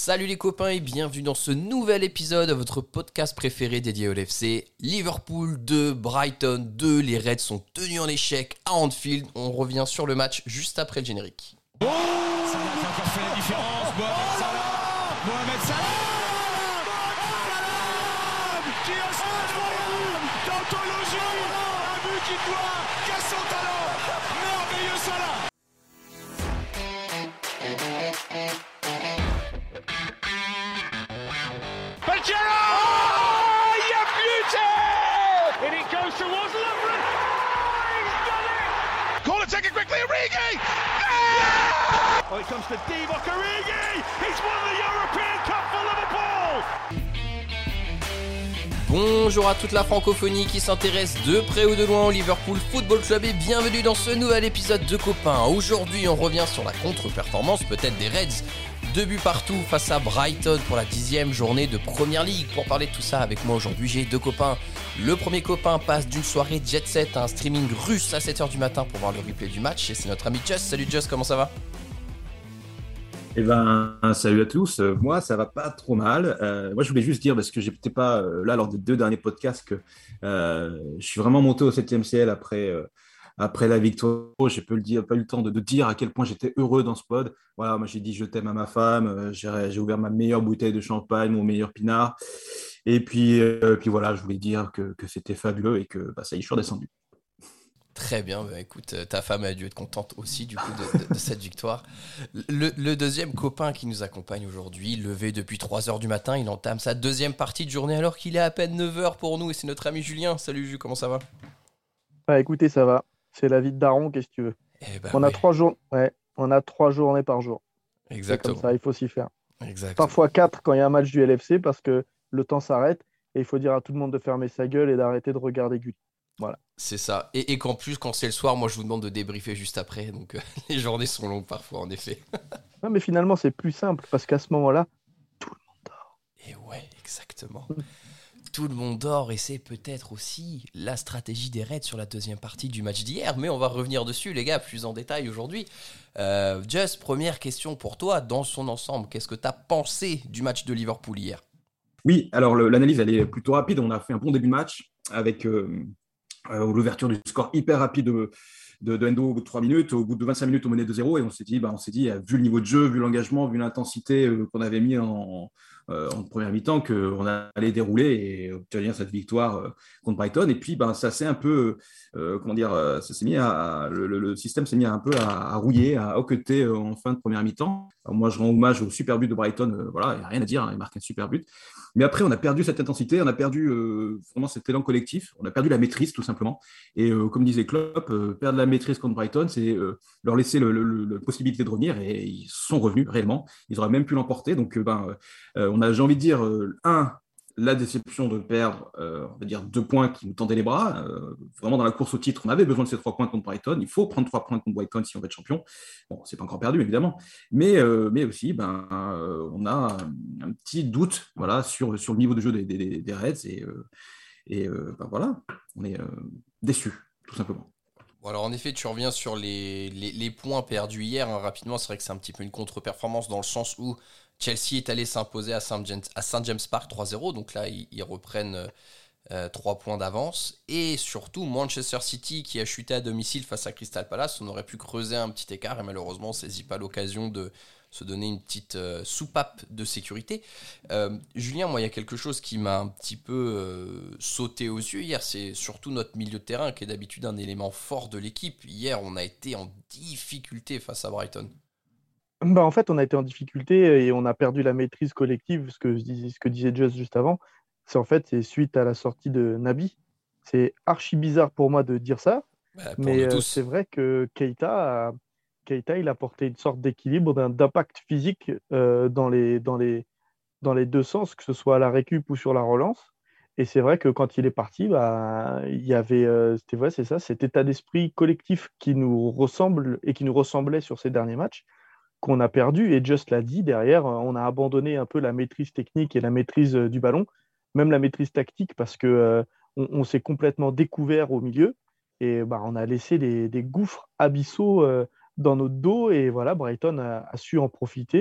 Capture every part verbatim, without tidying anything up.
Salut les copains et bienvenue dans ce nouvel épisode de votre podcast préféré dédié au L F C. Liverpool deux, Brighton deux, les Reds sont tenus en échec à Anfield. On revient sur le match juste après le générique. Oh, Salah qui a encore fait la différence. Mohamed Salah, Mohamed Salah, qui a son d'anthologie, un but qui doit casser son talent. Merveilleux Salah. Pajero! Oh, you beauty! And it goes towards Lovren. Oh, he's done it! Call it, take it quickly, Origi! Yeah! Oh, it comes to Divock Origi! He's won the European Cup for Liverpool! Bonjour à toute la francophonie qui s'intéresse de près ou de loin au Liverpool Football Club et bienvenue dans ce nouvel épisode de Copains. Aujourd'hui, on revient sur la contre-performance peut-être des Reds. Deux buts partout face à Brighton pour la dixième journée de Premier League. Pour parler de tout ça avec moi aujourd'hui, j'ai deux copains. Le premier copain passe d'une soirée jet set à un streaming russe à sept heures du matin pour voir le replay du match. Et c'est notre ami Just. Salut Just, comment ça va ? Eh ben, salut à tous. Euh, moi, ça va pas trop mal. Euh, moi, je voulais juste dire, parce que j'étais pas euh, là lors des deux derniers podcasts, que euh, je suis vraiment monté au septième ciel après, euh, après la victoire. J'ai pas, le dire, pas eu le temps de, de dire à quel point j'étais heureux dans ce pod. Voilà, moi, j'ai dit je t'aime à ma femme. Euh, j'ai, j'ai ouvert ma meilleure bouteille de champagne, mon meilleur pinard. Et puis, euh, puis voilà, je voulais dire que, que c'était fabuleux et que bah, ça y est, je suis redescendu. Très bien, bah écoute, ta femme a dû être contente aussi du coup de, de, de cette victoire. Le, le deuxième copain qui nous accompagne aujourd'hui, levé depuis trois heures du matin, il entame sa deuxième partie de journée alors qu'il est à peine neuf heures pour nous et c'est notre ami Julien. Salut Jules, comment ça va ? Bah écoutez, ça va. C'est la vie de daron, qu'est-ce que tu veux. Eh ben on, a oui. trois jours... ouais, on a trois journées par jour. Exactement. C'est comme ça, il faut s'y faire. Exactement. Parfois quatre quand il y a un match du L F C parce que le temps s'arrête et il faut dire à tout le monde de fermer sa gueule et d'arrêter de regarder Gulli. Voilà. C'est ça. Et, et qu'en plus, quand c'est le soir, moi je vous demande de débriefer juste après. Donc euh, les journées sont longues parfois, en effet. Non, mais finalement, c'est plus simple parce qu'à ce moment-là, tout le monde dort. Et ouais, exactement. Tout le monde dort et c'est peut-être aussi la stratégie des Reds sur la deuxième partie du match d'hier. Mais on va revenir dessus, les gars, plus en détail aujourd'hui. Euh, Just, première question pour toi. Dans son ensemble, qu'est-ce que tu as pensé du match de Liverpool hier ? Oui, alors le, l'analyse, elle est plutôt rapide. On a fait un bon début de match avec... Euh... Euh, l'ouverture du score hyper rapide de, de, de Endo au bout de trois minutes. Au bout de vingt-cinq minutes, on menait deux zéro et on s'est dit, bah, on s'est dit, vu le niveau de jeu, vu l'engagement, vu l'intensité euh, qu'on avait mis en, euh, en première mi-temps, qu'on allait dérouler et obtenir cette victoire euh, contre Brighton. Et puis, bah, ça s'est un peu, euh, comment dire, ça s'est mis à, le, le, le système s'est mis un peu à, à rouiller, à hoqueter euh, en fin de première mi-temps. Alors, moi, je rends hommage au super but de Brighton. Euh, voilà, il n'y a rien à dire, hein, il marque un super but. Mais après, on a perdu cette intensité, on a perdu euh, vraiment cet élan collectif, on a perdu la maîtrise tout simplement. Et euh, comme disait Klopp, euh, perdre la maîtrise contre Brighton, c'est euh, leur laisser le, le, le, la possibilité de revenir et ils sont revenus réellement. Ils auraient même pu l'emporter. Donc, euh, ben, euh, on a, j'ai envie de dire, euh, un, la déception de perdre, euh, on va dire, deux points qui nous tendaient les bras. Euh, vraiment, dans la course au titre, on avait besoin de ces trois points contre Brighton. Il faut prendre trois points contre Brighton si on veut être champion. Bon, c'est pas encore perdu, évidemment. Mais, euh, mais aussi, ben, euh, on a un, un petit doute voilà, sur, sur le niveau de jeu des, des, des Reds. Et, euh, et euh, ben, voilà, on est euh, déçus, tout simplement. Bon, alors en effet, tu reviens sur les, les, les points perdus hier. Hein, rapidement, c'est vrai que c'est un petit peu une contre-performance dans le sens où Chelsea est allé s'imposer à Saint James, à Saint James Park trois zéro. Donc là, ils, ils reprennent euh, trois points d'avance. Et surtout, Manchester City qui a chuté à domicile face à Crystal Palace. On aurait pu creuser un petit écart et malheureusement, on ne saisit pas l'occasion de se donner une petite euh, soupape de sécurité. Euh, Julien, moi, il y a quelque chose qui m'a un petit peu euh, sauté aux yeux hier. C'est surtout notre milieu de terrain qui est d'habitude un élément fort de l'équipe. Hier, on a été en difficulté face à Brighton. Bah, en fait, on a été en difficulté et on a perdu la maîtrise collective, ce que, ce que disait Just juste avant. C'est en fait c'est suite à la sortie de Naby. C'est archi bizarre pour moi de dire ça, Bah, mais euh, c'est vrai que Keita, a, Keita, il a apporté une sorte d'équilibre, d'un, d'impact physique euh, dans, les, dans, les, dans les deux sens, que ce soit à la récup ou sur la relance. Et c'est vrai que quand il est parti, bah, il y avait, euh, c'était vrai, c'est ça, cet état d'esprit collectif qui nous ressemble et qui nous ressemblait sur ces derniers matchs, qu'on a perdu. Et Just l'a dit, derrière, on a abandonné un peu la maîtrise technique et la maîtrise euh, du ballon, même la maîtrise tactique, parce que euh, on, on s'est complètement découvert au milieu et bah, on a laissé des, des gouffres abyssaux euh, dans notre dos. Et voilà, Brighton a, a su en profiter.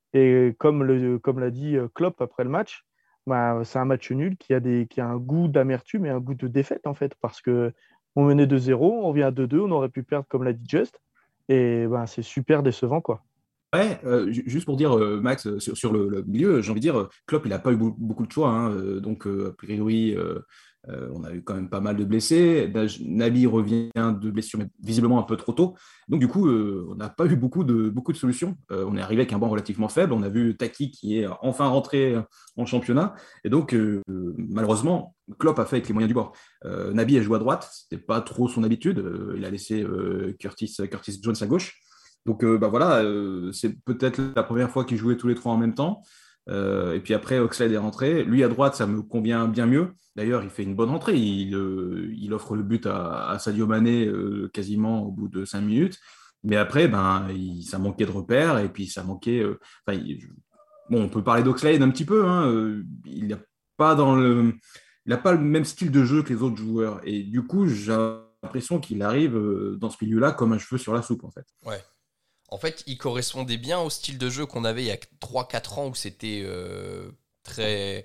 Et comme, le, comme l'a dit Klopp après le match, bah, c'est un match nul qui a, des, qui a un goût d'amertume et un goût de défaite, en fait, parce que on menait deux zéro, on revient à deux deux, on aurait pu perdre, comme l'a dit Just, et ben, c'est super décevant, quoi. Ouais, euh, ju- juste pour dire, euh, Max, euh, sur, sur le, le milieu, j'ai envie de dire, euh, Klopp, il n'a pas eu beau- beaucoup de choix, hein, euh, donc, euh, a priori, euh, euh, on a eu quand même pas mal de blessés. Naj- Naby revient de blessure, mais visiblement un peu trop tôt. Donc, du coup, euh, on n'a pas eu beaucoup de, beaucoup de solutions. Euh, on est arrivé avec un banc relativement faible. On a vu Taki qui est enfin rentré en championnat. Et donc, euh, malheureusement, Klopp a fait avec les moyens du bord. Euh, Naby a joué à droite, c'était pas trop son habitude. Euh, il a laissé euh, Curtis, Curtis Jones à gauche. Donc euh, bah voilà, euh, c'est peut-être la première fois qu'ils jouaient tous les trois en même temps. Euh, et puis après, Oxlade est rentré. Lui à droite, ça me convient bien mieux. D'ailleurs, il fait une bonne entrée. Il, euh, il offre le but à, à Sadio Mané euh, quasiment au bout de cinq minutes. Mais après, ben, il- ça manquait de repères et puis ça manquait. Euh, enfin, il- bon, on peut parler d'Oxlade un petit peu. Hein, euh, il n'a pas dans le, il n'a pas le même style de jeu que les autres joueurs. Et du coup, j'ai l'impression qu'il arrive euh, dans ce milieu-là comme un cheveu sur la soupe en fait. Ouais. En fait, il correspondait bien au style de jeu qu'on avait il y a trois quatre ans où c'était euh, très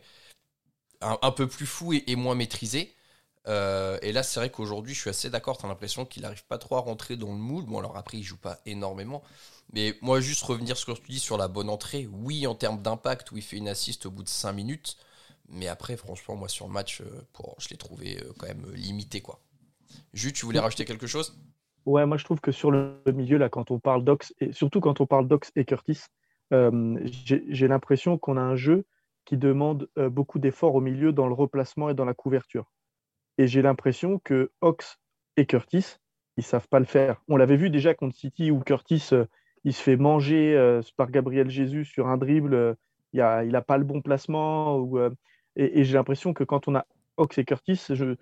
un, un peu plus fou et, et moins maîtrisé. Euh, et là, c'est vrai qu'aujourd'hui, je suis assez d'accord. T'as l'impression qu'il n'arrive pas trop à rentrer dans le moule. Bon, alors après, il joue pas énormément. Mais moi, juste revenir sur ce que tu dis sur la bonne entrée. Oui, en termes d'impact, où il fait une assist au bout de cinq minutes. Mais après, franchement, moi, sur le match, euh, pour, je l'ai trouvé euh, quand même euh, limité, quoi. Jus, tu voulais rajouter quelque chose? Ouais, moi je trouve que sur le milieu, là, quand on parle d'Ox, et surtout quand on parle d'Ox et Curtis, euh, j'ai j'ai l'impression qu'on a un jeu qui demande euh, beaucoup d'efforts au milieu dans le replacement et dans la couverture. Et j'ai l'impression que Ox et Curtis, ils savent pas le faire. On l'avait vu déjà contre City où Curtis, euh, il se fait manger euh, par Gabriel Jesus sur un dribble, euh, il a, il a pas le bon placement. Ou, euh, et et j'ai l'impression que quand on a Ox et Curtis, je,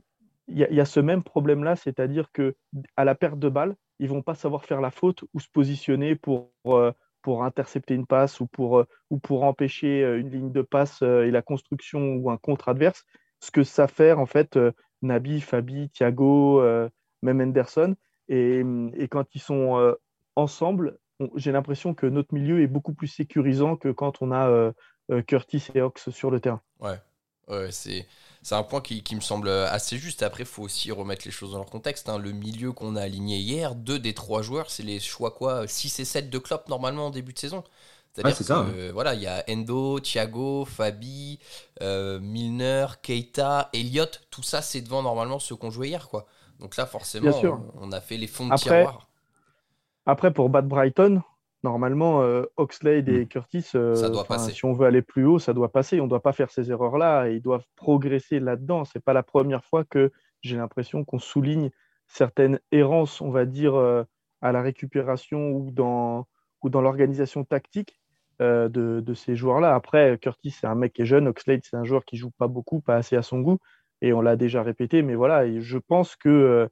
il y, a, il y a ce même problème-là, c'est-à-dire que à la perte de balle, ils vont pas savoir faire la faute ou se positionner pour, euh, pour intercepter une passe ou pour, euh, ou pour empêcher euh, une ligne de passe euh, et la construction ou un contre adverse. Ce que ça fait en fait euh, Naby, Fabi, Thiago, euh, même Henderson. Et, et quand ils sont euh, ensemble, on- j'ai l'impression que notre milieu est beaucoup plus sécurisant que quand on a euh, euh, Curtis et Ox sur le terrain. Ouais, ouais c'est, c'est un point qui, qui me semble assez juste. Après, il faut aussi remettre les choses dans leur contexte, hein. Le milieu qu'on a aligné hier, deux des trois joueurs, c'est les choix quoi, six et sept de Klopp normalement en début de saison. Ouais, C'est-à-dire c'est ça. Hein. que voilà, il y a Endo, Thiago, Fabi, euh, Milner, Keita, Elliott, tout ça c'est devant normalement ceux qu'on jouait hier, quoi. Donc là, Bien forcément, sûr. on, on a fait les fonds de Après, tiroir. Après, pour battre Brighton, normalement, euh, Oxlade Hmm. et Curtis, Ça euh, doit 'fin, passer. si on veut aller plus haut, ça doit passer. On ne doit pas faire ces erreurs-là. Ils doivent progresser là-dedans. C'est pas la première fois que j'ai l'impression qu'on souligne certaines errances, on va dire, euh, à la récupération ou dans, ou dans l'organisation tactique euh, de, de ces joueurs-là. Après, Curtis, c'est un mec qui est jeune. Oxlade, c'est un joueur qui joue pas beaucoup, pas assez à son goût. Et on l'a déjà répété. Mais voilà, et je pense que euh,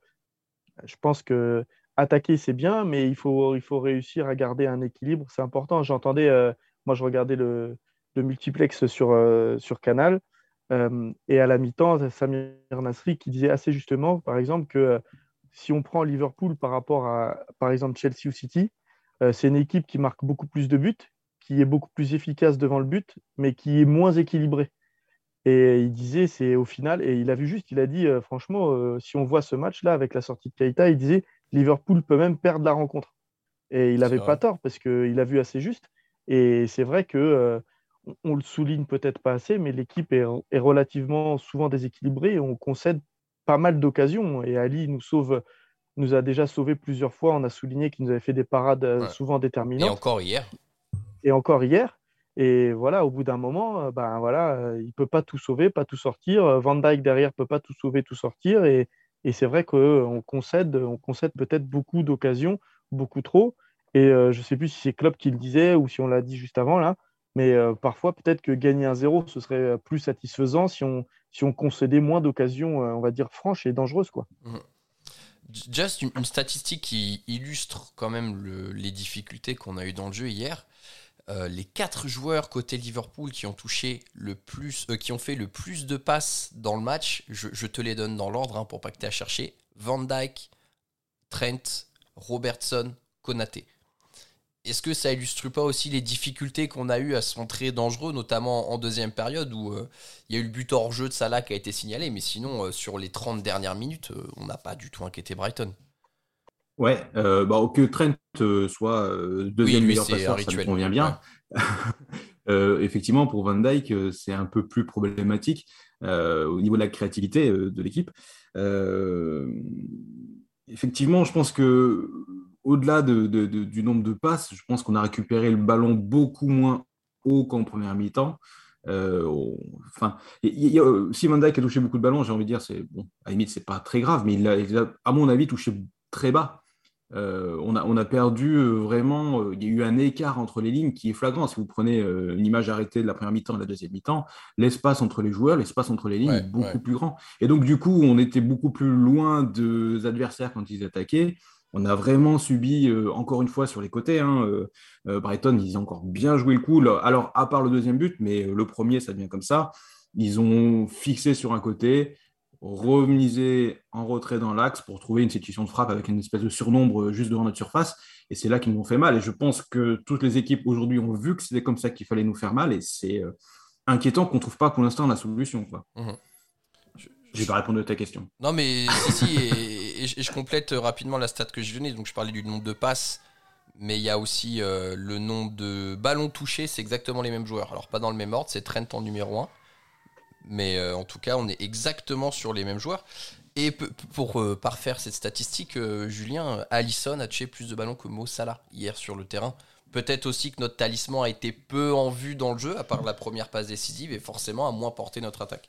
je pense que attaquer, c'est bien, mais il faut, il faut réussir à garder un équilibre. C'est important. J'entendais, euh, moi, je regardais le, le multiplex sur, euh, sur Canal, euh, et à la mi-temps, Samir Nasri qui disait assez justement, par exemple, que euh, si on prend Liverpool par rapport à, par exemple, Chelsea ou City, euh, c'est une équipe qui marque beaucoup plus de buts, qui est beaucoup plus efficace devant le but, mais qui est moins équilibrée. Et il disait, c'est au final, et il a vu juste, il a dit, euh, franchement, euh, si on voit ce match-là avec la sortie de Keita, il disait, Liverpool peut même perdre la rencontre. Et il C'est n'avait pas vrai. tort parce qu'il a vu assez juste. Et c'est vrai que euh, on, on le souligne peut-être pas assez, mais l'équipe est, est relativement souvent déséquilibrée et on concède pas mal d'occasions. Et Ali nous sauve, nous a déjà sauvé plusieurs fois. On a souligné qu'il nous avait fait des parades euh, Ouais. souvent Et déterminantes encore hier. et encore hier. Et voilà, au bout d'un moment, euh, ben voilà, euh, il peut pas tout sauver, pas tout sortir. Euh, Van Dijk derrière peut pas tout sauver, tout sortir. Et, et c'est vrai qu'on concède, on concède peut-être beaucoup d'occasions, beaucoup trop. Et euh, je sais plus si c'est Klopp qui le disait ou si on l'a dit juste avant là. Mais euh, parfois, peut-être que gagner un zéro, ce serait euh, plus satisfaisant si on, si on concédait moins d'occasions, euh, on va dire, franches et dangereuses, quoi. Mhm. Just une, une statistique qui illustre quand même le- les difficultés qu'on a eues dans le jeu hier. Euh, les quatre joueurs côté Liverpool qui ont touché le plus, euh, qui ont fait le plus de passes dans le match, je, je te les donne dans l'ordre hein, pour pas que tu aies à chercher. Van Dijk, Trent, Robertson, Konaté. est-ce que ça illustre pas aussi les difficultés qu'on a eues à se montrer dangereux, notamment en deuxième période où euh, il y a eu le but hors jeu de Salah qui a été signalé, mais sinon, euh, sur les trente dernières minutes, euh, on n'a pas du tout inquiété Brighton. Ouais, euh, bah, que Trent euh, soit euh, deuxième Oui, lui, meilleur c'est un passeur, ça me rituel. convient Ouais. bien. Euh, effectivement, pour Van Dijk, euh, c'est un peu plus problématique euh, au niveau de la créativité euh, de l'équipe. Euh, effectivement, je pense que au-delà de, de- de- du nombre de passes, je pense qu'on a récupéré le ballon beaucoup moins haut qu'en première mi-temps. Euh, on- enfin, il y a- il y a- si Van Dijk a touché beaucoup de ballons, j'ai envie de dire, c'est bon, à la limite, c'est pas très grave, mais il a, il a, à mon avis, touché très bas. Euh, on a, on a perdu euh, vraiment, euh, il y a eu un écart entre les lignes qui est flagrant. Si vous prenez euh, une image arrêtée de la première mi-temps et de la deuxième mi-temps, l'espace entre les joueurs, l'espace entre les lignes est Ouais, beaucoup ouais. plus grand. Et donc, du coup, on était beaucoup plus loin des adversaires quand ils attaquaient. On a vraiment subi, euh, encore une fois, sur les côtés. Hein, euh, euh, Brighton, ils ont encore bien joué le coup. Là, alors, à part le deuxième but, mais euh, le premier, ça devient comme ça. Ils ont fixé sur un côté, remiser en retrait dans l'axe pour trouver une situation de frappe avec une espèce de surnombre juste devant notre surface. Et c'est là qu'ils nous ont fait mal. Et je pense que toutes les équipes aujourd'hui ont vu que c'était comme ça qu'il fallait nous faire mal. Et c'est euh, inquiétant qu'on ne trouve pas pour l'instant la solution, quoi. Mhm. Je- J'ai je- pas répondu à ta question. Non, mais si, si, et, et je et je complète rapidement la stat que je donnais. Donc, je parlais du nombre de passes, mais il y a aussi euh, le nombre de ballons touchés. C'est exactement les mêmes joueurs. Alors, pas dans le même ordre, c'est Trent en numéro un. Mais euh, en tout cas, on est exactement sur les mêmes joueurs. Et p- pour euh, parfaire cette statistique, euh, Julien, Alisson a touché plus de ballons que Mo Salah hier sur le terrain. Peut-être aussi que notre talisman a été peu en vue dans le jeu, à part la première passe décisive, et forcément a moins porté notre attaque.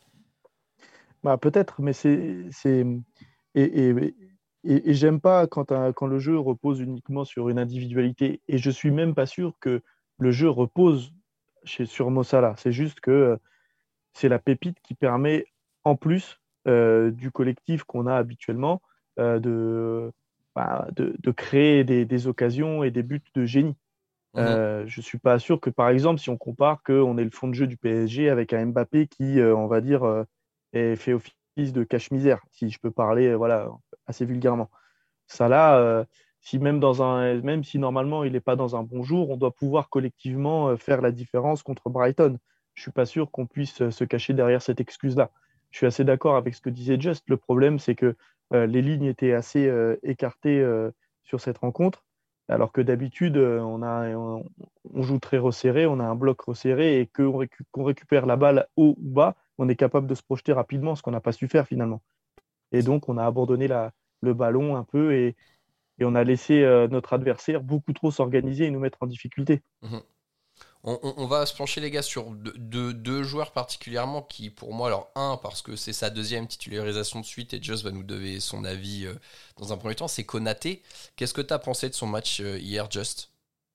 Bah, peut-être, mais c'est, c'est... Et, et, et, et j'aime pas quand, un- quand le jeu repose uniquement sur une individualité. Et je suis même pas sûr que le jeu repose chez, sur Mo Salah. C'est juste que euh, c'est la pépite qui permet, en plus euh, du collectif qu'on a habituellement, euh, de, bah, de, de créer des, des occasions et des buts de génie. Mhm. Euh, je ne suis pas sûr que, par exemple, si on compare qu'on est le fond de jeu du P S G avec un Mbappé qui, euh, on va dire, euh, est fait office de cache-misère, si je peux parler euh, voilà, assez vulgairement. Ça là, euh, si même, dans un, même si normalement il n'est pas dans un bon jour, on doit pouvoir collectivement euh, faire la différence contre Brighton. Je ne suis pas sûr qu'on puisse euh, se cacher derrière cette excuse-là. Je suis assez d'accord avec ce que disait Just. Le problème, c'est que euh, les lignes étaient assez euh, écartées euh, sur cette rencontre, alors que d'habitude, euh, on, a, on, on joue très resserré, on a un bloc resserré, et qu'on récu- qu'on récupère la balle haut ou bas, on est capable de se projeter rapidement, ce qu'on n'a pas su faire finalement. Et donc, on a abandonné la, le ballon un peu, et, et on a laissé euh, notre adversaire beaucoup trop s'organiser et nous mettre en difficulté. Mhm. On, on- on va se pencher, les gars, sur deux, deux- deux joueurs particulièrement qui, pour moi, alors un, parce que c'est sa deuxième titularisation de suite et Just va nous donner son avis euh, dans un premier temps, c'est Konaté. Qu'est-ce que tu as pensé de son match euh, hier, Just?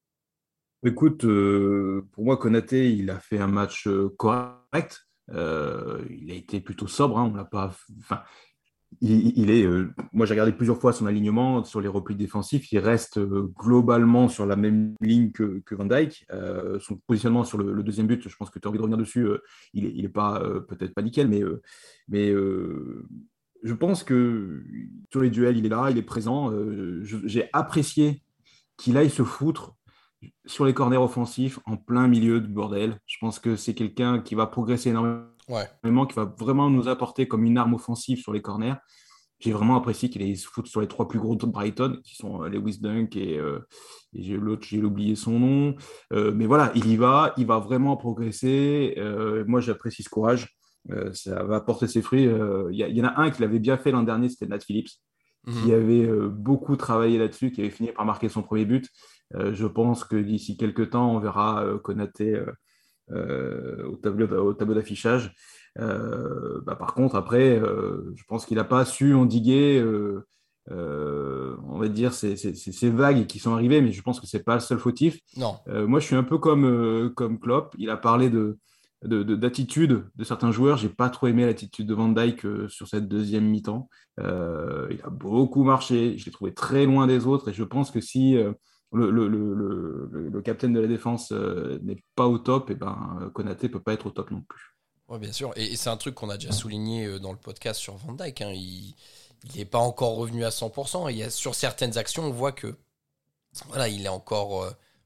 Écoute, euh, pour moi, Konaté, il a fait un match euh, correct. Euh, il a été plutôt sobre. Hein, on l'a pas. Enfin, il, il est. Euh, moi, j'ai regardé plusieurs fois son alignement sur les replis défensifs. Il reste euh, globalement sur la même ligne que, que Van Dijk. Euh, son positionnement sur le, le deuxième but, je pense que tu as envie de revenir dessus. Euh, il est, il est pas euh, peut-être pas nickel, mais euh, mais euh, je pense que sur les duels, il est là, il est présent. Euh, je- j'ai apprécié qu'il aille se foutre sur les corners offensifs en plein milieu de bordel. Je pense que c'est quelqu'un qui va progresser Ouais. énormément, qui va vraiment nous apporter comme une arme offensive sur les corners. J'ai vraiment apprécié qu'il aille se foutre sur les trois plus gros de Brighton, qui sont euh, Lewis Dunk et, euh, et j'ai l'autre, j'ai oublié son nom. Euh, mais voilà, il y va, il va vraiment progresser. Euh, moi, j'apprécie ce courage. Euh, ça va porter ses fruits. Il euh, y, y, en a un qui l'avait bien fait l'an dernier, c'était Nat Phillips, Mhm. qui avait euh, beaucoup travaillé là-dessus, qui avait fini par marquer son premier but. Euh, je pense que d'ici quelques temps, on verra euh, Konaté euh, euh, au tableau, au tableau d'affichage. Euh, bah, par contre, après, euh, je pense qu'il n'a pas su endiguer, euh, euh, on va dire, ces, ces, ces, vagues qui sont arrivées, mais je pense que ce n'est pas le seul fautif. Non. Euh, moi, je suis un peu comme, euh, comme Klopp. Il a parlé de, de, de, d'attitude de certains joueurs. Je n'ai pas trop aimé l'attitude de Van Dijk euh, sur cette deuxième mi-temps. Euh, il a beaucoup marché. Je l'ai trouvé très loin des autres. Et je pense que si euh, le, le, le, le, le capitaine de la défense euh, n'est pas au top, et ben, Konaté ne peut pas être au top non plus. Ouais, bien sûr. Et, et c'est un truc qu'on a déjà souligné dans le podcast sur Van Dijk. Hein. Il n'est pas encore revenu à cent pour cent. Il y a, sur certaines actions, on voit que voilà, il est encore euh,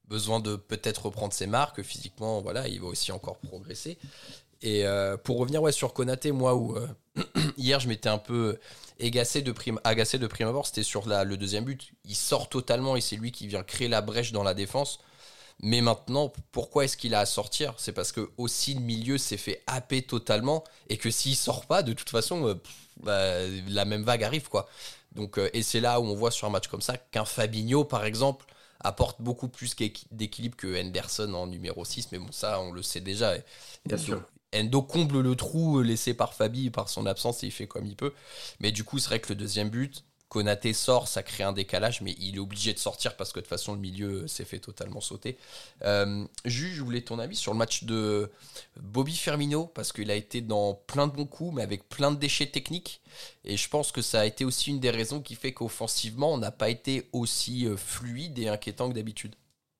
besoin de peut-être reprendre ses marques. Physiquement, voilà, il va aussi encore progresser. Et euh, pour revenir ouais, sur Konaté, moi, où euh, hier je m'étais un peu agacé de prime, agacé de prime abord, c'était sur la, le deuxième but. Il sort totalement et c'est lui qui vient créer la brèche dans la défense. Mais maintenant, pourquoi est-ce qu'il a à sortir ? C'est parce que aussi le milieu s'est fait happer totalement et que s'il sort pas, de toute façon, euh, pff, bah, la même vague arrive, quoi. Donc, euh, et c'est là où on voit sur un match comme ça qu'un Fabinho, par exemple, apporte beaucoup plus d'équilibre que Henderson en numéro six. Mais bon, ça, on le sait déjà. Et, Bien Endo, sûr. Endo comble le trou laissé par Fabi par son absence et il fait comme il peut. Mais du coup, c'est vrai que le deuxième but, Konaté sort, ça crée un décalage, mais il est obligé de sortir parce que de toute façon, le milieu s'est fait totalement sauter. Euh, Jules, je voulais ton avis sur le match de Bobby Firmino, parce qu'il a été dans plein de bons coups, mais avec plein de déchets techniques. Et je pense que ça a été aussi une des raisons qui fait qu'offensivement, on n'a pas été aussi euh, fluide et inquiétant que d'habitude.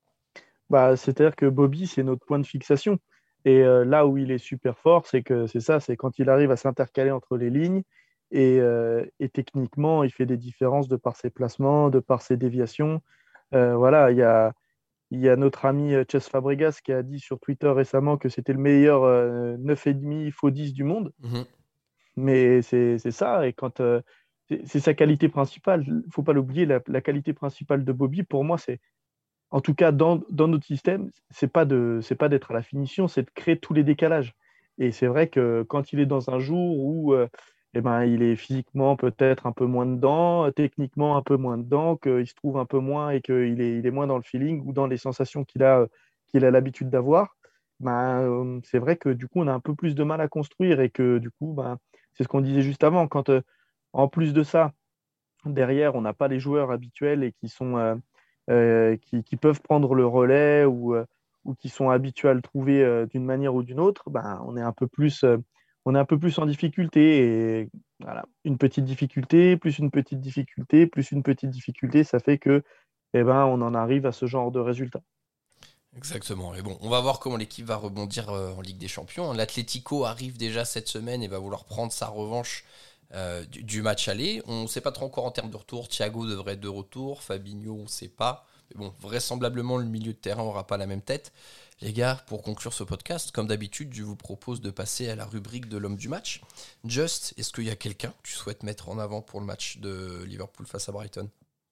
Bah, c'est-à-dire que Bobby, c'est notre point de fixation. Et euh, là où il est super fort, c'est que c'est ça, c'est quand il arrive à s'intercaler entre les lignes. Et, euh, et techniquement, il fait des différences de par ses placements, de par ses déviations. Euh, voilà, il y a, il y a notre ami euh, Cesc Fabregas qui a dit sur Twitter récemment que c'était le meilleur euh, neuf virgule cinq faux dix du monde. Mhm. Mais c'est c'est ça, et quand euh, c'est c'est sa qualité principale, il ne faut pas l'oublier, la, la qualité principale de Bobby, pour moi, c'est, en tout cas dans, dans notre système, c'est pas de, c'est pas d'être à la finition, c'est de créer tous les décalages. Et c'est vrai que quand il est dans un jour où euh, eh ben, il est physiquement peut-être un peu moins dedans, techniquement un peu moins dedans, qu'il se trouve un peu moins et qu'il est, il est moins dans le feeling ou dans les sensations qu'il a, qu'il a l'habitude d'avoir, ben, euh, c'est vrai que du coup, on a un peu plus de mal à construire et que du coup, ben, c'est ce qu'on disait juste avant, quand euh, en plus de ça, derrière, on n'a pas les joueurs habituels et qui sont euh, euh, qui, qui peuvent prendre le relais ou, euh, ou qui sont habitués à le trouver euh, d'une manière ou d'une autre, ben, on est un peu plus, euh, on est un peu plus en difficulté. Et voilà, une petite difficulté, plus une petite difficulté, plus une petite difficulté, ça fait que eh ben, on en arrive à ce genre de résultat. Exactement. Et bon, on va voir comment l'équipe va rebondir euh, en Ligue des Champions. L'Atlético arrive déjà cette semaine et va vouloir prendre sa revanche euh, du, du match aller. On ne sait pas trop encore en termes de retour. Thiago devrait être de retour. Fabinho, on ne sait pas. Mais bon, vraisemblablement, le milieu de terrain n'aura pas la même tête. Les gars, pour conclure ce podcast, comme d'habitude, je vous propose de passer à la rubrique de l'homme du match. Just, est-ce qu'il y a quelqu'un que tu souhaites mettre en avant pour le match de Liverpool face à Brighton ?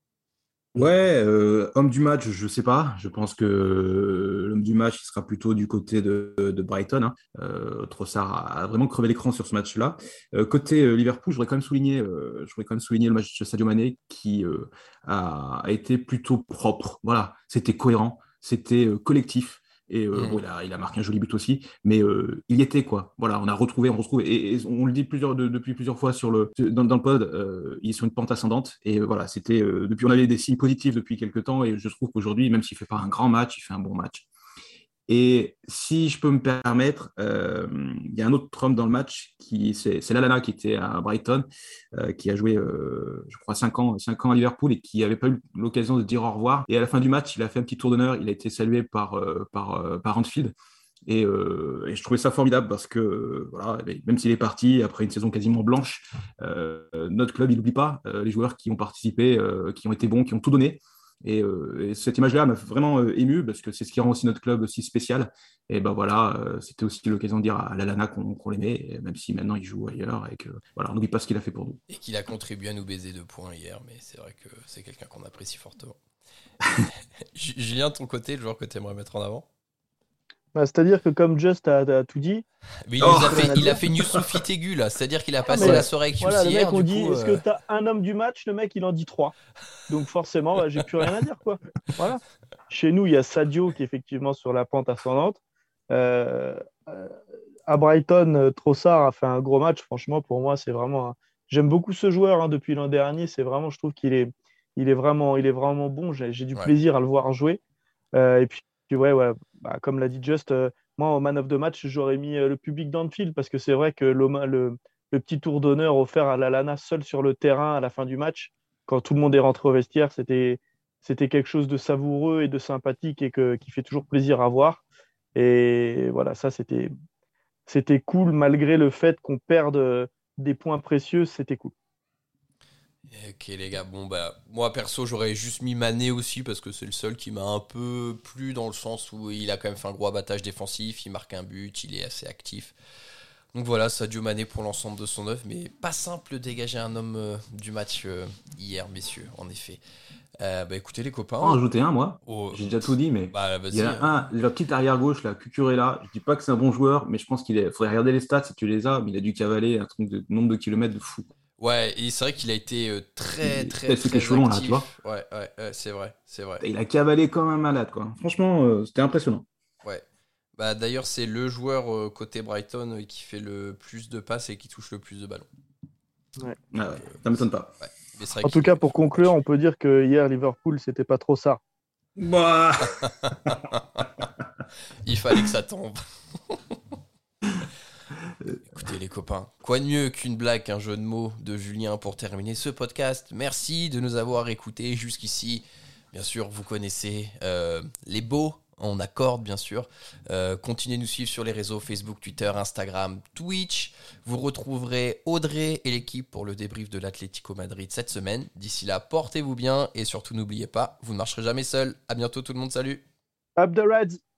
Ouais, euh, homme du match, je sais pas. Je pense que euh, l'homme du match, il sera plutôt du côté de, de Brighton, hein. Euh, Trossard a, a vraiment crevé l'écran sur ce match-là. Euh, côté euh, Liverpool, je voudrais quand même souligner, euh, je voudrais quand même souligner le match de Sadio Mané qui euh, a, a été plutôt propre. Voilà, c'était cohérent, c'était euh, collectif. Et euh, bon, Mhm. il a, il a marqué un joli but aussi, mais euh, il y était quoi. Voilà, on a retrouvé, on retrouve, et, et on le dit plusieurs, de- depuis plusieurs fois sur le, dans, dans le pod, euh, il est sur une pente ascendante. Et euh, voilà, c'était euh, depuis, on avait des signes positifs depuis quelques temps, et je trouve qu'aujourd'hui, même s'il fait pas un grand match, il fait un bon match. Et si je peux me permettre, euh, il y a un autre homme dans le match, qui c'est c'est Lallana qui était à Brighton, euh, qui a joué, euh, je crois, cinq ans, cinq ans à Liverpool et qui n'avait pas eu l'occasion de dire au revoir. Et à la fin du match, il a fait un petit tour d'honneur, il a été salué par, euh, par, euh, par Anfield. Et, euh, et je trouvais ça formidable parce que, euh, voilà, même s'il est parti après une saison quasiment blanche, euh, notre club, il n'oublie pas euh, les joueurs qui ont participé, euh, qui ont été bons, qui ont tout donné. Et, euh, et cette image-là m'a vraiment euh, ému parce que c'est ce qui rend aussi notre club aussi spécial. Et ben voilà, euh, c'était aussi l'occasion de dire à Lallana qu'on qu'on l'aimait, même si maintenant il joue ailleurs et que voilà, on n'oublie pas ce qu'il a fait pour nous. Et qu'il a contribué à nous baiser de points hier, mais c'est vrai que c'est quelqu'un qu'on apprécie fortement. Ju- Julien, ton côté, le joueur que tu aimerais mettre en avant? Bah, c'est-à-dire que comme Just a, a tout dit, Mais il il n'y a nous Oh, a plus rien fait, à il a dire. fait Youssouf Itegu, là. C'est-à-dire qu'il a Ah, passé mais la soirée avec voilà, Youss le hier, mec, on du dit, coup. est-ce euh, que tu as un homme du match? Le mec, il en dit trois. Donc forcément, bah, j'ai plus rien à dire, quoi. Voilà. Chez nous, il y a Sadio qui est effectivement sur la pente ascendante. Euh, euh, à Brighton, euh, Trossard a fait un gros match. Franchement, pour moi, c'est vraiment. un- J'aime beaucoup ce joueur hein, depuis l'an dernier. C'est vraiment, je trouve qu'il est, il est vraiment, il est vraiment bon. J'ai j'ai du Ouais. plaisir à le voir jouer. Euh, et puis, puis ouais, ouais bah, comme l'a dit Just, euh, moi, au man of the match, j'aurais mis euh, le public d'Anfield parce que c'est vrai que l'homa- le, le petit tour d'honneur offert à Lallana seul sur le terrain à la fin du match, quand tout le monde est rentré au vestiaire, c'était, c'était quelque chose de savoureux et de sympathique et que, qui fait toujours plaisir à voir. Et voilà, ça, c'était, c'était cool malgré le fait qu'on perde euh, des points précieux, c'était cool. Ok les gars, bon bah moi perso j'aurais juste mis Mané aussi parce que c'est le seul qui m'a un peu plu dans le sens où il a quand même fait un gros abattage défensif, il marque un but, il est assez actif. Donc voilà, Sadio Mané pour l'ensemble de son œuvre, mais pas simple de dégager un homme euh, du match euh, hier, messieurs, en effet. Euh, bah écoutez les copains. En rajouter un, moi. Oh, J'ai déjà tout dit, mais bah il y vas-y. en a hein. un, le petit arrière-gauche, là, Cucurella. Je dis pas que c'est un bon joueur, mais je pense qu'il est. Faudrait regarder les stats si tu les as, mais il a dû cavaler un truc de nombre de kilomètres de fou. Ouais, et c'est vrai qu'il a été euh, très Il- très C'était très échelon, là, tu vois. actif. Ouais, ouais, ouais, c'est vrai, c'est vrai. Il a cavalé comme un malade, quoi. Franchement, euh, c'était impressionnant. Ouais. Bah d'ailleurs c'est le joueur euh, côté Brighton euh, qui fait le plus de passes et qui touche le plus de ballons. Ouais. Ah ouais, ça m'étonne pas. Ouais. Mais c'est vrai En tout qu'il cas, a pour fait un conclure, match. on peut dire que hier, Liverpool, c'était pas trop ça. Bah. Il fallait que ça tombe. Écoutez les copains, quoi de mieux qu'une blague, qu'un jeu de mots de Julien pour terminer ce podcast. Merci de nous avoir écoutés jusqu'ici. Bien sûr, vous connaissez euh, les beaux, on accorde bien sûr. Euh, continuez de nous suivre sur les réseaux Facebook, Twitter, Instagram, Twitch. Vous retrouverez Audrey et l'équipe pour le débrief de l'Atlético Madrid cette semaine. D'ici là, portez-vous bien et surtout n'oubliez pas, vous ne marcherez jamais seul. À bientôt tout le monde, salut. Up the Reds!